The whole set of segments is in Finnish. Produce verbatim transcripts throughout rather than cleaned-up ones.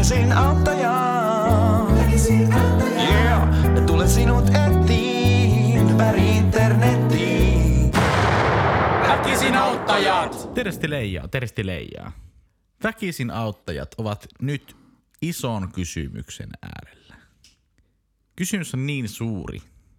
Väkisin auttajat. Väkisin auttajat. Yeah. Ja tule sinut etiin ympäri internettiin. Väkisin auttajat. Tersti Leijaa, tersti Leijaa. Väkisin auttajat ovat nyt ison kysymyksen äärellä. Kysymys on niin suuri,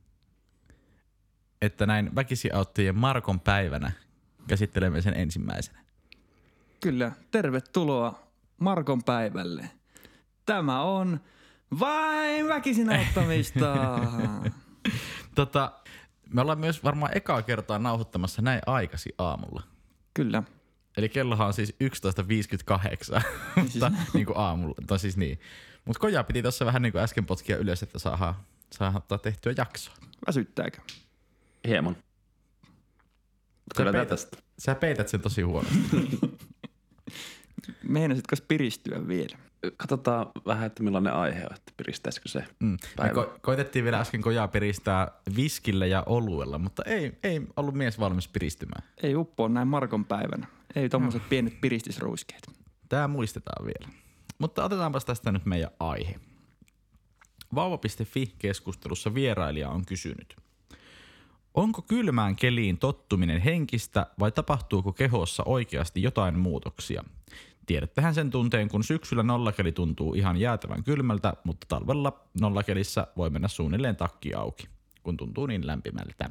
että näin väkisin auttajien Markon päivänä käsittelemme sen ensimmäisenä. Kyllä, tervetuloa Markon päivälle. Tämä on vain väkisin auttamista. tota, me ollaan myös varmaan ekaa kertaa nauhoittamassa näin aikaisin aamulla. Kyllä. Eli kellohan on siis yksitoista viisikymmentäkahdeksan, mutta niin kuin aamulla, tai siis niin. Mutta Koja piti tuossa vähän niin kuin äsken potkia ylös, että saadaan, saadaan ottaa tehtyä jaksoa. Väsyttääkö? Hieman. Sä peität, sä peität sen tosi huonosti. Meinasitko piristyä vielä? Katsotaan vähän, että millainen aihe on, että piristäisikö se mm. päivä. Ko- koitettiin vielä äsken Kojaa piristää viskillä ja oluella, mutta ei, ei ollut mies valmis piristymään. Ei uppoa näin Markon päivänä. Ei tommoset mm. pienet piristysruiskeet. Tää muistetaan vielä. Mutta otetaanpas tästä nyt meidän aihe. Vauva piste fi-keskustelussa vierailija on kysynyt. Onko kylmään keliin tottuminen henkistä vai tapahtuuko kehossa oikeasti jotain muutoksia? Tiedättehän sen tunteen, kun syksyllä nollakeli tuntuu ihan jäätävän kylmältä, mutta talvella nollakelissä voi mennä suunnilleen takki auki, kun tuntuu niin lämpimältä.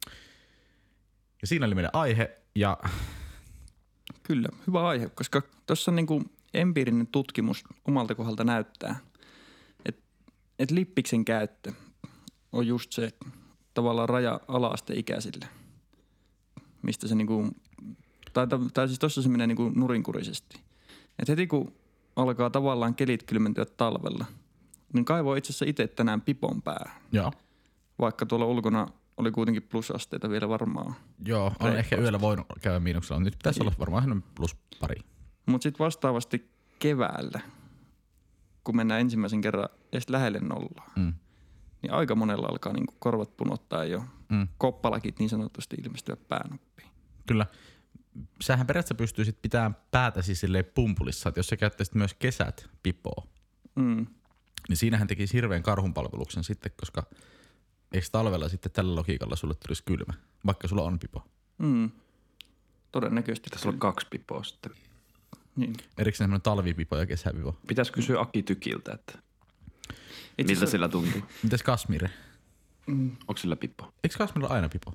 Ja siinä oli meidän aihe ja... Kyllä, hyvä aihe, koska tuossa niinku empiirinen tutkimus omalta kohdalta näyttää, että et lippiksen käyttö on just se tavallaan raja ala-asteikäisille, mistä se niinku, tai, tai siis tuossa se menee niinku nurinkurisesti. Et heti kun alkaa tavallaan kelit kylmentyä talvella, niin kaivoo itse asiassa itse tänään pipon päähän. Joo. Vaikka tuolla ulkona oli kuitenkin plusasteita vielä varmaan. Joo, on reippaasti. Ehkä yöllä voinut käydä miinuksella. Nyt pitäisi olla varmaan plus pari. Mutta sitten vastaavasti keväällä, kun mennään ensimmäisen kerran edes lähelle nollaa, mm. niin aika monella alkaa niinku korvat punottaa jo mm. koppalakit niin sanotusti ilmestyä päänuppiin. Kyllä. Sähän periaatteessa pystyy sit pitämään päätäsi silleen pumpulissa, että jos sä käyttäisit myös kesät pipoa, mm. niin siinähän tekisi hirveän karhunpalveluksen sitten, koska eikö talvella sitten tällä logiikalla sulle tulisi kylmä, vaikka sulla on pipo? Mm. Todennäköisesti. Tässä on kaksi pipoa sitten. Niin. Erikseen semmoinen talvipipo ja kesäpipo. Pitäisi kysyä Aki Tykiltä, että Itse miltä se... sillä tuntuu. Mites Kasmire? Mm. Onko sillä pipo? Eikö Kasmirilla aina pipo?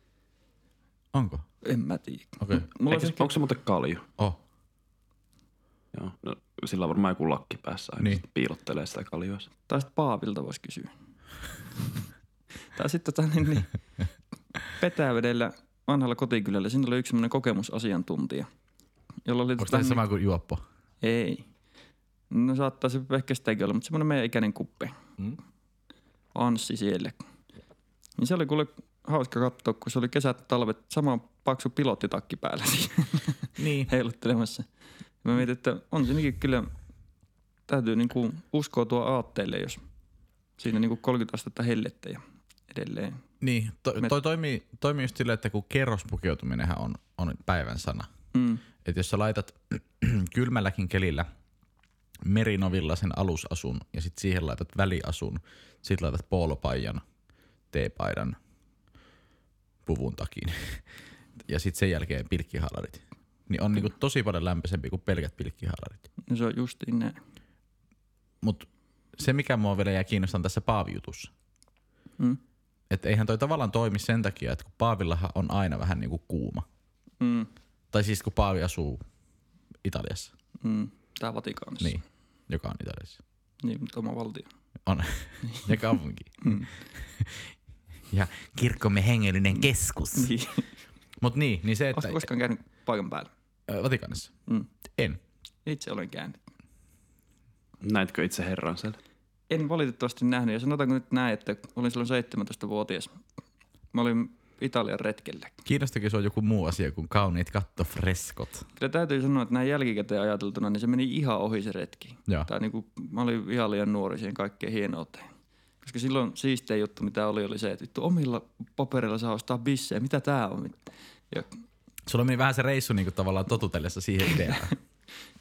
Onko? En mä tiedä. Okay. Eikö, ehkä... Onko se muuten kalju? Oh. Joo, no, sillä on varmaan joku lakki päässä aina niin. Piilottelee sitä kaljua. Tai sitten Paavilta voisi kysyä. Tai sitten tota niin, niin Petäjävedellä vanhalla kotikylällä, siinä oli yksi semmoinen kokemusasiantuntija. Jolla oli onko tämä sama niin... kuin juoppo? Ei. No saattaa se ehkä sitäkin olla, mutta semmoinen meidän ikäinen kuppe. Mm. Anssi siellä. Niin se oli kuule hauska katsoa, kun se oli kesät, talvet, sama paksu pilottitakki päällä niin. heiluttelemassa. Mä mietin, että on siinäkin kyllä, täytyy niinku uskoa tuo aatteelle, jos siinä niinku kolmekymmentä astetta hellettä ja edelleen. Niin, to, toi toimii, toimii just silleen, että kun kerrospukeutuminenhan on, on päivän sana. Mm. Että jos sä laitat kylmälläkin kelillä merinovilla sen alusasun ja sitten siihen laitat väliasun, sitten laitat poolopaijan, teepaidan, puvun takin ja sitten sen jälkeen pilkkihaalarit. Niin on niinku tosi paljon lämpöisempi kuin pelkät pilkkihaalarit. No se on justiin näin. Mut se mikä mua vielä jää kiinnostaa tässä Paavi-jutussa. Mm. Että eihän toi tavallaan toimi sen takia, että kun Paavillahan on aina vähän niinku kuuma. Mm. Tai siis kun Paavi asuu Italiassa. Mm. Tää Vatikaanissa. Niin, joka on Italiassa. Niin, mutta oma valtio. On. Ja kaupunki. Mm. Ja kirkkomme hengellinen keskus. Niin. Mut niin, niin se, että... Oletko koskaan käynyt paikan päällä? Vatikaanissa? Mm. En. Itse olen käynyt. Näitkö itse herran siellä? En valitettavasti nähnyt. Ja sanotaanko nyt näin, että olin silloin seitsemäntoistavuotias. Mä olin Italian retkellä. Kiinnostakin se on joku muu asia kuin kauniit kattofreskot. Kyllä täytyy sanoa, että näin jälkikäteen ajateltuna, niin se meni ihan ohi se retki. Joo. Tai niin kuin, mä olin ihan liian nuori siihen kaikkeen hienouteen. Koska silloin siistein juttu, mitä oli, oli se, että vittu omilla papereilla saa ostaa bissejä. Mitä tää on? Ja... Sulla meni vähän se reissu niin kuin tavallaan totutellessa siihen ideaan.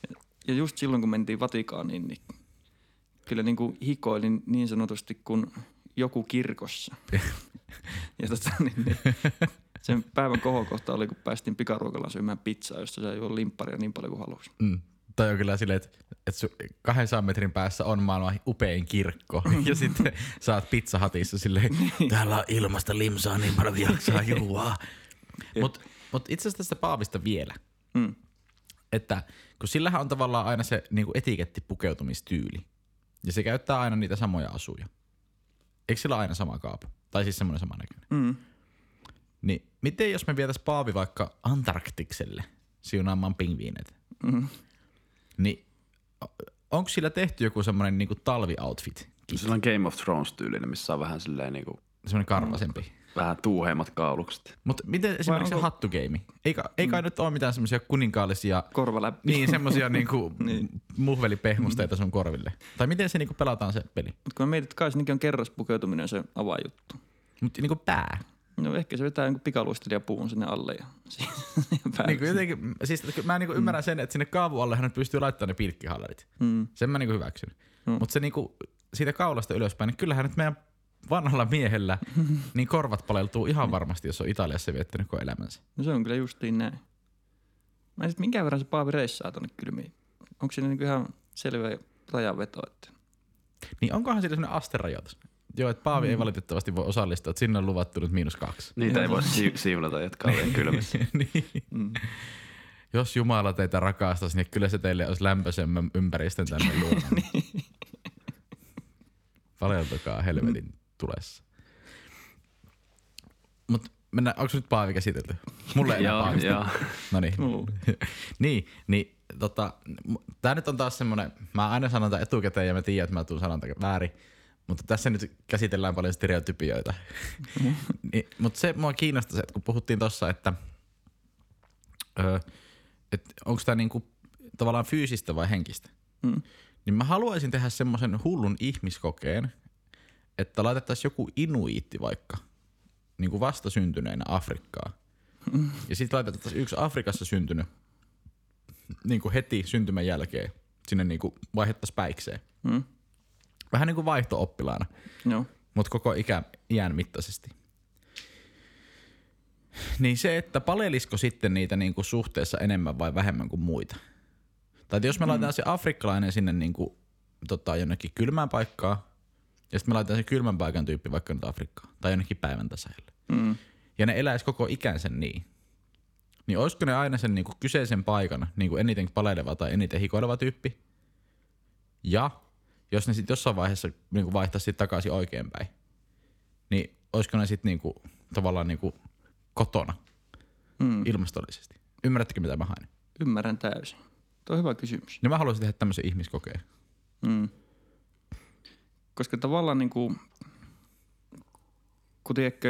ja just silloin, kun mentiin Vatikaaniin, niin kyllä niin kuin hikoilin niin sanotusti kuin joku kirkossa. Ja tota, niin, niin, sen päivän kohokohta oli, kun päästiin pikaruokalaan syömään pizzaa, josta sai juo limpparia niin paljon kuin halusi. Mm. Tai on kyllä silleen, että, että kahdensadan metrin päässä on maailman upein kirkko. Ja sitten saat pizzahatissa silleen, täällä on ilmasta limsaa niin paljon jaksaa juua. Mutta mut itse asiassa tästä paavista vielä. Mm. Että kun sillähän on tavallaan aina se niinku etiketti pukeutumistyyli. Ja se käyttää aina niitä samoja asuja. Eikö sillä aina sama kaapu? Tai siis semmoinen samannäköinen. Mm. Niin miten jos me vietäis paavi vaikka Antarktikselle siunaamaan pingviineitä? Mm. Niin onko sillä tehty joku semmoinen niinku talvi-outfit? Sillä on Game of Thrones-tyylinen, missä on vähän silleen niinku Semmoinen karvasempi. vähän tuuheimmat kaulukset. Mutta miten esimerkiksi onko... se hattugeimi? Ei, ei kai mm. nyt ole mitään semmoisia kuninkaallisia... Korvaläppi. Niin, semmoisia niinku niin. muhvelipehmusteita sun korville. Tai miten se niinku pelataan se peli? Mutta kun mä mietin, että kai se on kerraspukeutuminen se avaajuttu. Mutta niinku pää. No ehkä se vetää jonkun pikaluistelijapuun sinne alle ja niinku jotenkin, siis mä niinku mm. ymmärrän sen, että sinne kaavu alle hän pystyy laittamaan ne pilkkihallarit. Mm. Sen mä niinku hyväksyn. Mm. Mutta se niinku siitä kaulasta ylöspäin, niin kyllähän nyt meidän vanhalla miehellä niin korvat paleltuu ihan varmasti, jos on Italiassa viettänyt koko elämänsä. No se on kyllä justiin näin. Mä en sit minkä verran se paavi reissaa tonne kylmiin. Onko siinä niinku ihan selvä rajanveto? Että... Niin onkohan sillä sellainen asterajoitus? Joo, että paavi mm. ei valitettavasti voi osallistua, että sinne on luvattu nyt miinus kaksi. Niitä ei voi si- siunata, jotka on kylmässä. niin. mm. Jos Jumala teitä rakastaisi, niin kyllä se teille olisi lämpöisemmän ympäristön tänne luomaan. niin. Valeltakaa helvetin mm. tulessa. Mut mennään, onko nyt paavi käsitelty? Mulle ei enää paavista. Joo, no niin. niin, niin tota, tää nyt on taas semmonen, mä aina sanon tämän etukäteen ja mä tiedän, että mä tuun sanon tämän väärin. Mutta tässä nyt käsitellään paljon stereotypioita. Mm. niin, mutta se mua kiinnostaa, että kun puhuttiin tossa, että öö, et onko tämä niinku tavallaan fyysistä vai henkistä, mm. niin mä haluaisin tehdä semmoisen hullun ihmiskokeen, että laitettaisiin joku inuiitti vaikka niinku vastasyntyneenä Afrikkaan. Mm. Ja sitten laitettaisiin yksi Afrikassa syntynyt niinku heti syntymän jälkeen sinne niinku vaihdettaisiin päikseen. Mm. Vähän niin kuin vaihto-oppilaana, no. mutta koko ikä, iän mittaisesti. Niin se, että palelisiko sitten niitä niin kuin suhteessa enemmän vai vähemmän kuin muita. Tai jos me mm. laitetaan se afrikkalainen sinne niin kuin, tota, jonnekin kylmään paikkaan, ja sitten me laitetaan se kylmän paikan tyyppi vaikka nyt Afrikkaan, tai jonnekin päivän tasaille. Mm. Ja ne eläisi koko ikänsä niin. Niin olisiko ne aina sen niin kuin kyseisen paikan niin kuin eniten paleleva tai eniten hikoileva tyyppi? Ja... jos ne sitten jossain vaiheessa niinku vaihtaisi takaisin oikeinpäin, niin olisiko ne sitten niinku, tavallaan niinku kotona mm. ilmastollisesti? Ymmärrättekö mitä mä haen? Ymmärrän täysin. Tuo on hyvä kysymys. Ja mä haluaisin tehdä tämmöisen ihmiskokeen. Mm. Koska tavallaan niinku, kun tiedätkö,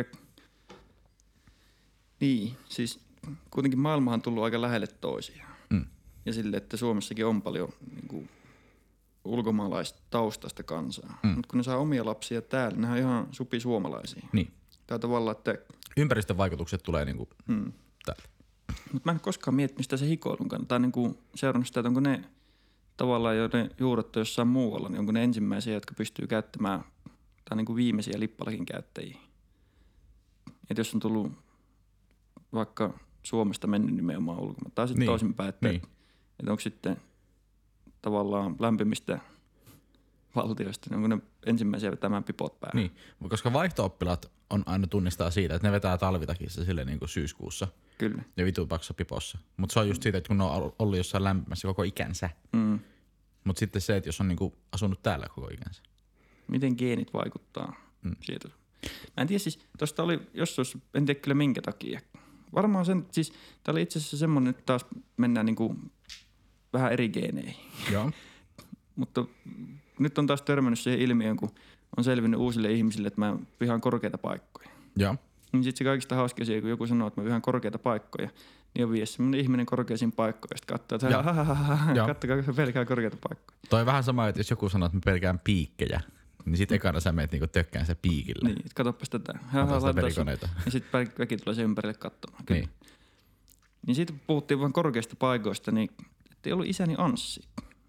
niin siis kuitenkin maailmahan on tullut aika lähelle toisiaan. Mm. Ja sille, että Suomessakin on paljon niinku, ulkomaalaistaustaista kansaa. Mm. Mutta kun ne saa omia lapsia täällä, ne on ihan supisuomalaisia. Niin. Tai tavallaan, että... ympäristön vaikutukset tulee niinku mm. täällä. Mutta mä en koskaan miettinyt sitä se hikoilun kannalta. Tai niinku seurannut sitä, että onko ne tavallaan, joiden juuret on jossain muualla, niin onko ne ensimmäisiä, jotka pystyy käyttämään, tai niinku viimeisiä lippalakin käyttäjiä. Että jos on tullut vaikka Suomesta mennyt nimenomaan ulkomaan. Tai sitten niin. toisinpäin, että, niin. että onko sitten... tavallaan lämpimistä valtioista, niin onko ne ensimmäisiä vetämään pipot päälle. Niin, koska vaihto-oppilaat on aina tunnistaa siitä, että ne vetää talvitakissa sille niin kuin syyskuussa. Kyllä. Ja vitupaksa pipossa. Mutta se on just siitä, että kun ne on ollut jossain lämpimässä koko ikänsä. Mm. Mutta sitten se, että jos on niin kuin asunut täällä koko ikänsä. Miten geenit vaikuttaa mm. siitä? Mä en tiedä siis, tosta oli jossain, en tiedä kyllä minkä takia. Varmaan sen, siis tää oli itse asiassa semmonen, että taas mennään niin kuin vähän eri geeneihin. Joo. Mutta nyt on taas törmännyt siihen ilmiöön, kun on selvinnyt uusille ihmisille, että mä vihaan korkeita paikkoja. Joo. Niin sit se kaikista hauska asia, kun joku sanoo, että mä vihaan korkeita paikkoja, niin on vies semmoinen ihminen korkeisiin paikkoihin. Ja sitten katsoo, että kattokaa, kun pelkää korkeita paikkoja. Toi vähän sama, että jos joku sanoo, että mä pelkään piikkejä, niin sit ekana sä meet niinku tökkään se piikille. Niin, katsopas tätä. Ja sit väki tulee sen ympärille katsomaan. Niin. Niin siitä puhuttiin vaan korkeista paikoista, niin ei ollut isäni Anssi.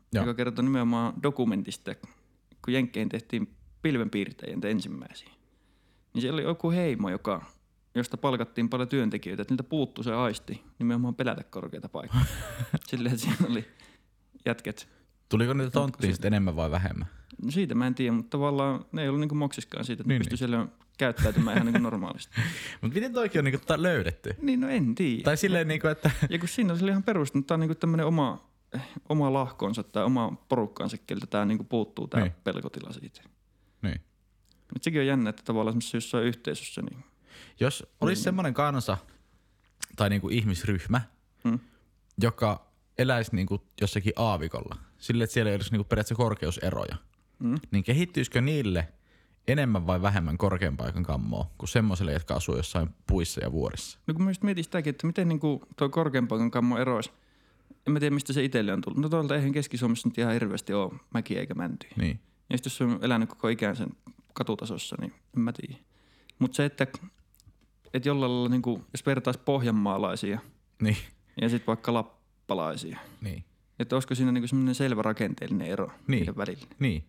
Joo. joka kertoi nimenomaan dokumentista, kun Jenkkeihin tehtiin pilvenpiirtäjien ensimmäisiä. Niin siellä oli joku heimo, joka, josta palkattiin paljon työntekijöitä, että niiltä puuttui se aisti nimenomaan pelätä korkeita paikkoja. Silleen, että siinä oli jätket. Tuliko niitä tonttiin sitten enemmän vai vähemmän? No siitä mä en tiedä, mutta tavallaan ne ei ollut niinku moksiskaan siitä, että niin, ne pystyi niin. siellä käyttäytymään ihan niinku normaalisti. Mutta miten toikin on niinku ta- löydetty? Niin, no en tiedä. Tai silleen niinku, että... Ja kun siinä oli ihan perustunut, tää on niinku tämmönen oma, oma lahkonsa tai oma porukkaansa, keltä tää niinku puuttuu tää niin. pelkotila siitä. Niin. Mutta sekin on jännä, että tavallaan semmoisessa jossain yhteisössä, niin Jos olisi semmoinen kansa tai niinku ihmisryhmä, hmm. joka eläisi niinku jossakin aavikolla, sille että siellä ei olisi niinku periaatteessa korkeuseroja, Hmm. niin kehittyisikö niille enemmän vai vähemmän korkean paikan kammoa kuin semmoiselle, jotka asuu jossain puissa ja vuorissa? No kun mä just mietin sitäkin, että miten niinku tuo korkean paikan kammo eroisi. En mä tiedä, mistä se itselle on tullut. No tuolta eihän Keski-Suomessa nyt ihan hirveästi ole mäkiä eikä mäntyjä. Niin. Ja sitten jos on elänyt koko ikään sen katutasossa, niin en mä tiedä. Mutta se, että, että jollain lailla, niinku, jos vertaisi pohjanmaalaisia Niin. ja sitten vaikka lappalaisia, Niin. että olisiko siinä niinku semmoinen selvä rakenteellinen ero Niin. niiden välillä. Niin.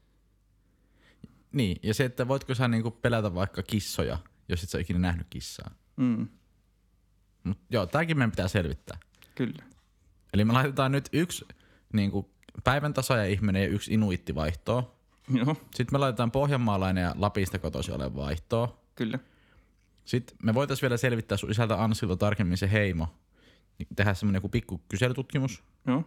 Niin, ja se, että voitko sä niinku pelätä vaikka kissoja, jos et sä ikinä nähnyt kissaa. Mm, Mut joo, tääkin meidän pitää selvittää. kyllä. Eli me laitetaan nyt yksi niinku päivän tasaaja ihminen ja yksi inuitti vaihtoon. Joo, Sitten me laitetaan pohjanmaalainen ja Lapista kotoisin oleva vaihtoon. kyllä. Sitten me voitaisiin vielä selvittää sun isältä Anssilta tarkemmin se heimo. Niin tehdä semmonen joku pikku kyselytutkimus. Joo.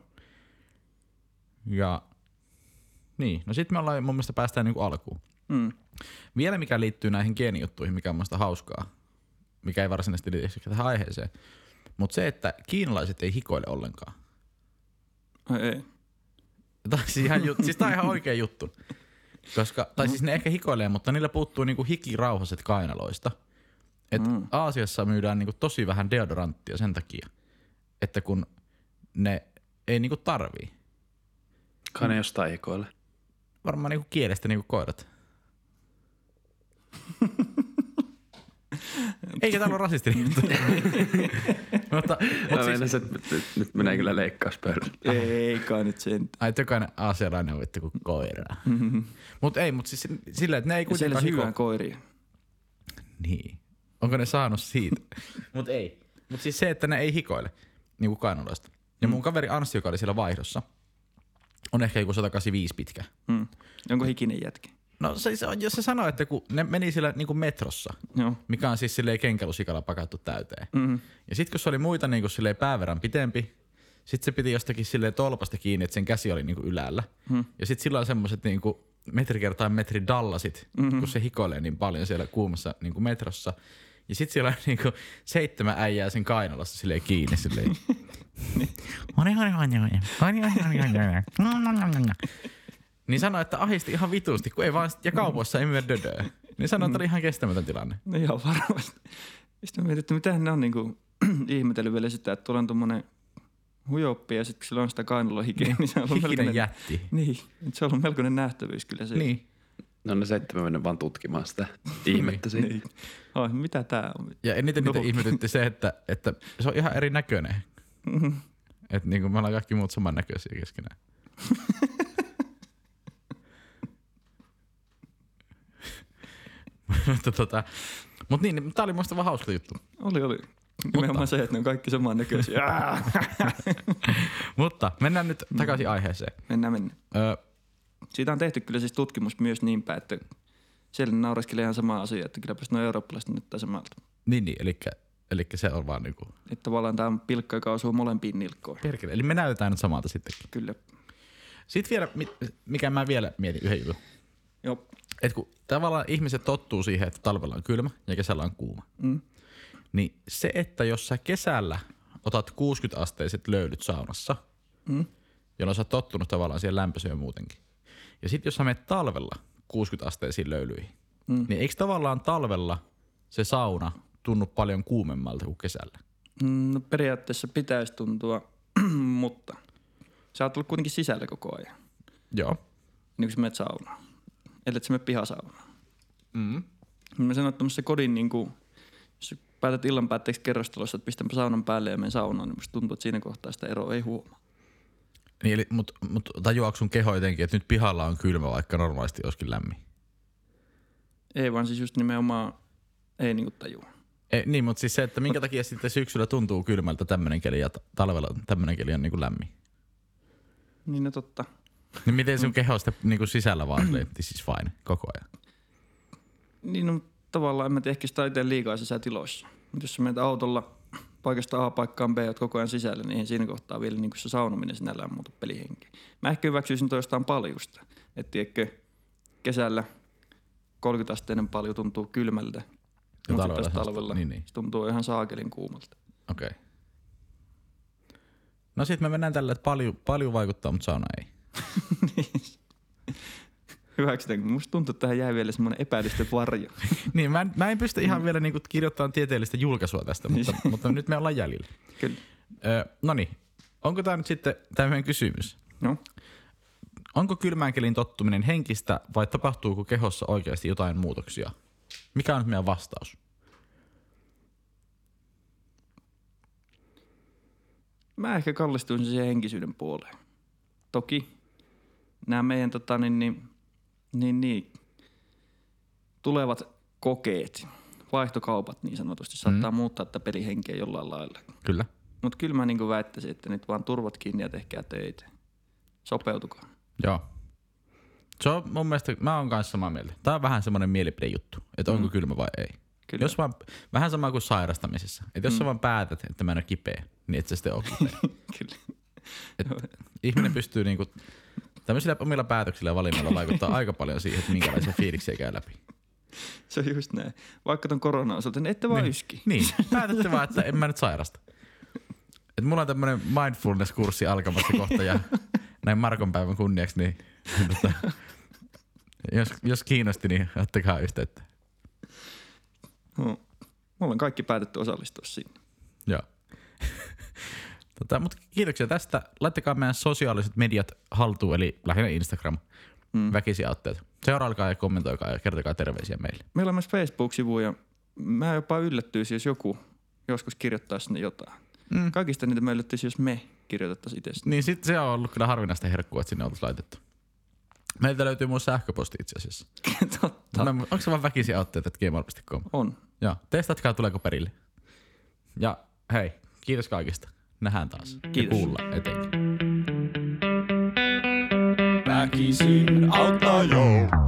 Ja niin, no sitten me ollaan mun mielestä päästään niinku alkuun. Mm. Vielä mikä liittyy näihin geenijuttuihin, mikä on mun mielestä hauskaa, mikä ei varsinaisesti liity tähän aiheeseen. Mutta se, että kiinalaiset ei hikoile ollenkaan. Ai ei. Tämä on siis, ihan jut- siis tää on ihan oikea juttu. Koska, tai siis ne ehkä hikoilee, mutta niillä puuttuu niinku hikirauhaset kainaloista. Et Mm. Aasiassa myydään niinku tosi vähän deodoranttia sen takia, että kun ne ei niinku tarvii. Kai ne jostain hikoille. Varmaan niinku kielestä niinku koirat. Eikä täällä ole rasistinen juttu. mutta, mutta siis, Siis... Nyt, nyt, nyt menee kyllä leikkauspöydälle. Ei kai nyt sen. ai, että jokainen aasialainen on vittu kuin koira. Mm-hmm. Mut ei, mut siis silleen, että ne ei Ja siellä kuitenkaan hiko. syvään koiria. Niin. Onko ne saanut siitä? Mut ei. Mut siis se, että ne ei hikoile niinku kainaloista. Ja mun kaveri Anssi, joka oli siellä vaihdossa, on ehkä joku sata kahdeksankymmentäviisi pitkä. Mm. Onko hikinen jätkä? No se, se on, jos se sanoo, että kun ne meni siellä niinku metrossa, Joo. mikä on siis silleen kenkälusikalla pakattu täyteen. Mm-hmm. Ja sit kun se oli muita niinku silleen pääverran pitempi, sit se piti jostakin silleen tolpasta kiinni, että sen käsi oli niinku ylällä. Mm. Ja sit sillä on semmoset niinku metri kertaa metri dallasit, mm-hmm. kun se hikoilee niin paljon siellä kuumassa niinku metrossa. Ja sit siellä on niinku seitsemän äijää sen kainalossa silleen kiinni silleen. Niin sanoi, että ahisti ihan vitusti, kun ei vaan, ja kaupoissa ei myy dödöä. Niin sanoi, että oli ihan kestämätön tilanne. No ihan varmasti. Sitten mä mietin, että mitähän ne on niinku ihmetellyt vielä sitä, että tuolla on tommonen hujoppi ja sitten kun sillä on sitä kainaloa hikeä, niin se on ollut Hikinen melkoinen, jätti. niin, että se on ollut melkoinen nähtävyys kyllä se. Niin. No ne seitsemän mennä vaan tutkimaan sitä ihmettä siitä. Niin. Ai, mitä tää on? Ja eniten niitä No. ihmetytti se, että, että se on ihan erinäköinen. Mhm. Että niinku me ollaan kaikki muut samannäköisiä keskenään. mutta tota, mut niin, tää oli musta vaan hauska juttu. Oli, oli. Nimenomaan se, että ne on kaikki samannäköisiä. Mutta mennään nyt takaisin aiheeseen. Mennään, mennään. Öö, Siitä on tehty kyllä siis tutkimus myös niin päin, että siellä naureskelee ihan sama asia, että kylläpäs nuo eurooppalaiset näyttää samalta. niin, niin, elikkä, elikkä se on vaan niinku Että tavallaan tämä on pilkka, joka osuu molempiin nilkkoon. perkele. Eli me näytetään nyt samalta sittenkin. Kyllä. Sitten vielä, mi- mikä mä vielä mietin yhden jutun. Joo. Et kun tavallaan ihmiset tottuu siihen, että talvella on kylmä ja kesällä on kuuma. Mm. Niin se, että jos sä kesällä otat kuusikymmentä-asteiset löylyt saunassa, Mm. jolloin sä oot tottunut tavallaan siihen lämpöiseen muutenkin. Ja sit jos sä menet talvella kuusikymmentä-asteisiin löylyihin, Mm. niin eikö tavallaan talvella se sauna tunnu paljon kuumemmalta kuin kesällä? Mm, No periaatteessa pitäisi tuntua, mutta sä oot ollut kuitenkin sisällä koko ajan, Joo. niin kuin sä menet saunaan. Ellei sä mene pihasaunaan. Mm. Mä sanoin, että tämmöisessä kodin, niin kuin, jos sä päätät illan päätteeksi kerrostalossa, että pistänpä saunan päälle ja menen saunaan, niin musta tuntuu, että siinä kohtaa sitä eroa ei huomaa. Niin, eli, mut, mut tajuaako sun keho jotenkin, että nyt pihalla on kylmä, vaikka normaalisti olisikin lämmin? Ei vaan siis just nimenomaan ei niinku tajua. Ei, niin, mutta siis se, että minkä takia sitten syksyllä tuntuu kylmältä tämmöinen keli ja talvella tämmöinen keli on niinku lämmin. Niin no totta. Niin miten sun keho sitten niinku sisällä vaan silleen, this is fine koko ajan? Niin no tavallaan en mä tiedä, ehkä sitä itse liikaa sisätiloissa. Mutta jos sä menet autolla paikasta A paikkaan B, oot koko ajan sisällä, niin siinä kohtaa vielä niin se saunominen sinällään muutu pelihenkiin. Mä ehkä hyväksyisin toistaan paljusta. Että tiedätkö, kesällä kolmekymmentä asteinen paljon tuntuu kylmältä, mutta talvella, talvella niin, niin. Se tuntuu ihan saakelin kuumalta. Okei. Okay. No sit me mennään tällä, että paljon, paljon vaikuttaa, mutta sauna ei. Hyväksytäänkö? Musta tuntuu, että tähän jäi vielä semmoinen epäilysten varjo. Niin, mä en, mä en pysty ihan vielä niinku kirjoittamaan tieteellistä julkaisua tästä, mutta, mutta nyt me ollaan jäljellä. Kyllä. Öö, no niin, onko tämä nyt sitten tämmöinen kysymys? No. Onko kylmään keliin tottuminen henkistä vai tapahtuuko kehossa oikeasti jotain muutoksia? Mikä on nyt meidän vastaus? Mä ehkä kallistuisin siihen henkisyyden puoleen. Toki nämä meidän tota, niin, niin, niin, niin, tulevat kokeet, vaihtokaupat niin sanotusti, saattaa mm. muuttaa tätä pelihenkeä jollain lailla. Kyllä. Mutta kyllä mä niin väittäisin, että nyt vaan turvat kiinni ja tehkää töitä. Sopeutukaa. Joo. Se on mun mielestä, mä oon kanssa samaa mieltä. Tää on vähän semmoinen mielipidejuttu, että onko mm. kylmä vai ei. Kyllä. Jos vaan, vähän sama kuin sairastamisessa. Että jos mm. sä vaan päätät, että mä en ole kipeä, niin et sä sitten ole kipeä. Kyllä. Et ihminen pystyy niinku, tämmöisillä omilla päätöksillä ja valinnoilla vaikuttaa aika paljon siihen, että minkälaisia fiiliksiä käy läpi. Se on just näin. Vaikka ton korona osalta, niin ette vaan niin. yski. Niin, päätätte vaan, että en mä nyt sairasta. Et mulla on tämmönen mindfulness-kurssi alkamassa kohta ja näin Markon päivän kunniaksi, niin tota, jos, jos kiinnosti, niin ottakaa yhteyttä. No, mulla on kaikki päätetty osallistua siinä. Joo. Tota, mutta kiitoksia tästä. Laittakaa meidän sosiaaliset mediat haltuun, eli lähinnä Instagram, mm. väkisiautteet. Seuraakaa ja kommentoikaa ja kertokaa terveisiä meille. Meillä on myös Facebook-sivu ja mä jopa yllättyisin, jos joku joskus kirjoittaa sinne jotain. Mm. Kaikista niitä mä yllättyisin, jos me kirjoitettaisiin itse. Niin sit se on ollut kyllä harvinaista herkkua, että sinne oltaisiin laitettu. Meiltä löytyy mun sähköposti itse asiassa. Totta. Mä, onko se vaan väkisiautteet, että gmail piste com? On. Joo, testatkaa tuleeko perille. Ja hei, kiitos kaikista. Nähdään taas. Kiitos. Ja kuullaan etenkin. Väkisin auttaa joo.